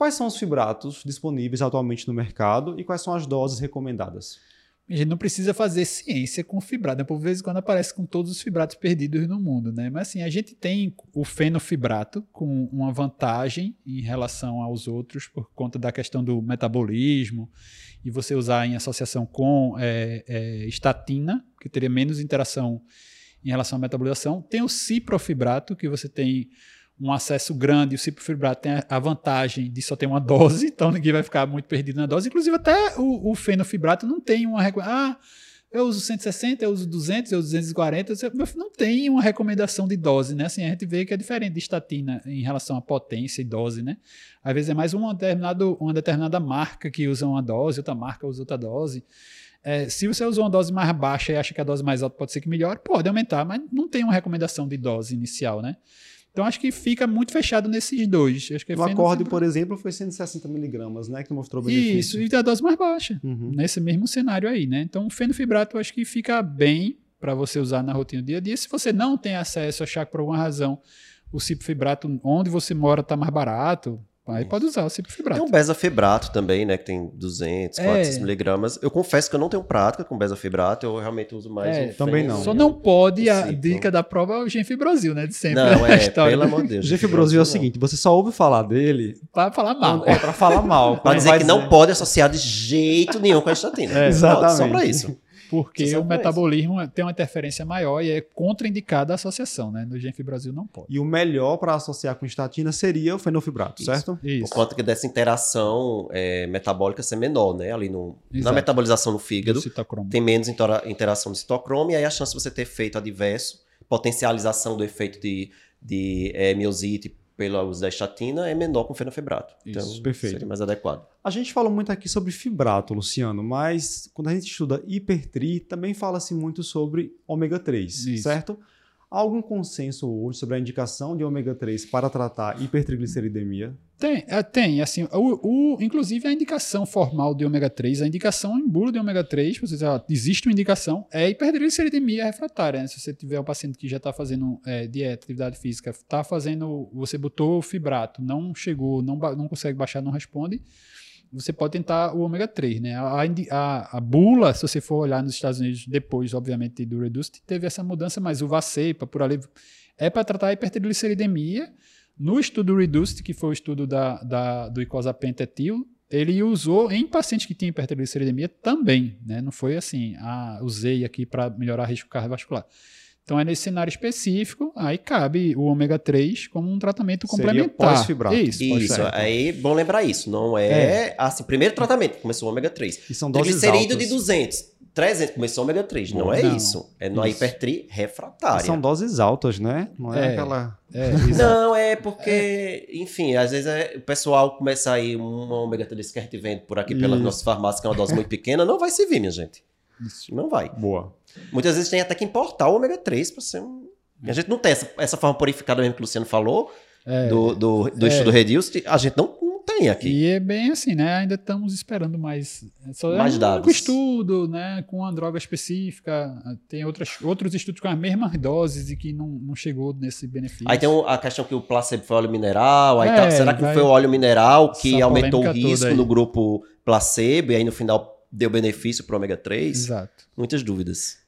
Quais são os fibratos disponíveis atualmente no mercado e quais são as doses recomendadas? A gente não precisa fazer ciência com fibrato, né? Por vezes quando aparece com todos os fibratos perdidos no mundo, né? Mas assim, a gente tem o fenofibrato com uma vantagem em relação aos outros por conta da questão do metabolismo e você usar em associação com estatina, que teria menos interação em relação à metabolização. Tem o ciprofibrato, que você tem um acesso grande, e o ciprofibrato tem a vantagem de só ter uma dose, então ninguém vai ficar muito perdido na dose. Inclusive, até o fenofibrato não tem uma recomendação. Eu uso 160, eu uso 200, eu uso 240. Não tem uma recomendação de dose, né? Assim, a gente vê que é diferente de estatina em relação à potência e dose, né? Às vezes é mais uma determinada marca que usa uma dose, outra marca usa outra dose. Se você usou uma dose mais baixa e acha que a dose mais alta pode ser que melhore, pode aumentar, mas não tem uma recomendação de dose inicial, né? Então, acho que fica muito fechado nesses dois. Acho que o acorde, por exemplo, foi 160 miligramas, né? Que mostrou benefício. Isso, e a dose mais baixa, nesse mesmo cenário aí, né? Então, o fenofibrato, acho que fica bem para você usar na rotina do dia a dia. Se você não tem acesso, achar que por alguma razão o ciprofibrato, onde você mora, está mais barato, aí pode usar o ciprofibrato. Tem o bezafibrato também, né? Que tem 200, 400 miligramas. Eu confesso que eu não tenho prática com bezafibrato, eu realmente uso mais o também não. Só não pode, a dica da prova é o Genfibrosil, né? De sempre. Não, pelo amor de Deus. O Genfibrosil é o seguinte, você só ouve falar dele... Para falar mal. Para falar mal. Para dizer que não pode associar de jeito nenhum com a estatina. Exatamente. Só para isso. Porque o metabolismo tem uma interferência maior e é contraindicada a associação, né? No Genfibrosil não pode. E o melhor para associar com estatina seria o fenofibrato, certo? Isso. Por conta dessa interação metabólica ser menor, né? Ali na metabolização no fígado, tem menos interação do citocromo e aí a chance de você ter efeito adverso, potencialização do efeito de miosite pelo uso da estatina é menor com o fenofibrato. Então, perfeito. Seria mais adequado. A gente falou muito aqui sobre fibrato, Luciano, mas quando a gente estuda hipertri, também fala-se muito sobre ômega 3, certo? Há algum consenso hoje sobre a indicação de ômega 3 para tratar hipertrigliceridemia? Tem, assim, inclusive a indicação formal de ômega 3, a indicação em bula de ômega 3, existe uma indicação, é hipertrigliceridemia refratária, né? Se você tiver um paciente que já está fazendo dieta, atividade física, você botou fibrato, não chegou, não consegue baixar, não responde, você pode tentar o ômega 3, né? A bula, se você for olhar nos Estados Unidos, depois, obviamente, do Reduced, teve essa mudança, mas o Vacepa, por ali, é para tratar a hipertrigliceridemia. No estudo Reduced, que foi o estudo do icosapentaetil, ele usou em pacientes que tinham hipertrigliceridemia também, né? Não foi assim, usei aqui para melhorar risco cardiovascular. Então, é nesse cenário específico, aí cabe o ômega 3 como um tratamento complementar. Pós-fibrato. Isso, aí bom lembrar isso. Não assim, primeiro tratamento, começou o ômega 3. E são doses triglicerídeo altas. de 200, 300, começou o ômega 3. Não é isso. É na hipertri refratária. E são doses altas, né? Não é aquela... Não, é porque, enfim, às vezes o pessoal começa a ir um ômega 3 que a gente vende por aqui pelas nossas farmácias, que é uma dose muito pequena, não vai servir, minha gente. Isso. Não vai. Boa. Muitas vezes tem até que importar o ômega 3 para ser um... A gente não tem essa forma purificada mesmo que o Luciano falou, do estudo Reduced, a gente não tem aqui. E é bem assim, né? Ainda estamos esperando mais dados. Um estudo, né? Com uma droga específica. Tem outros estudos com as mesmas doses e que não chegou nesse benefício. Aí tem a questão que o placebo foi óleo mineral. Aí será que não foi o óleo mineral que aumentou o risco no grupo placebo e aí no final deu benefício para o ômega 3? Exato. Muitas dúvidas.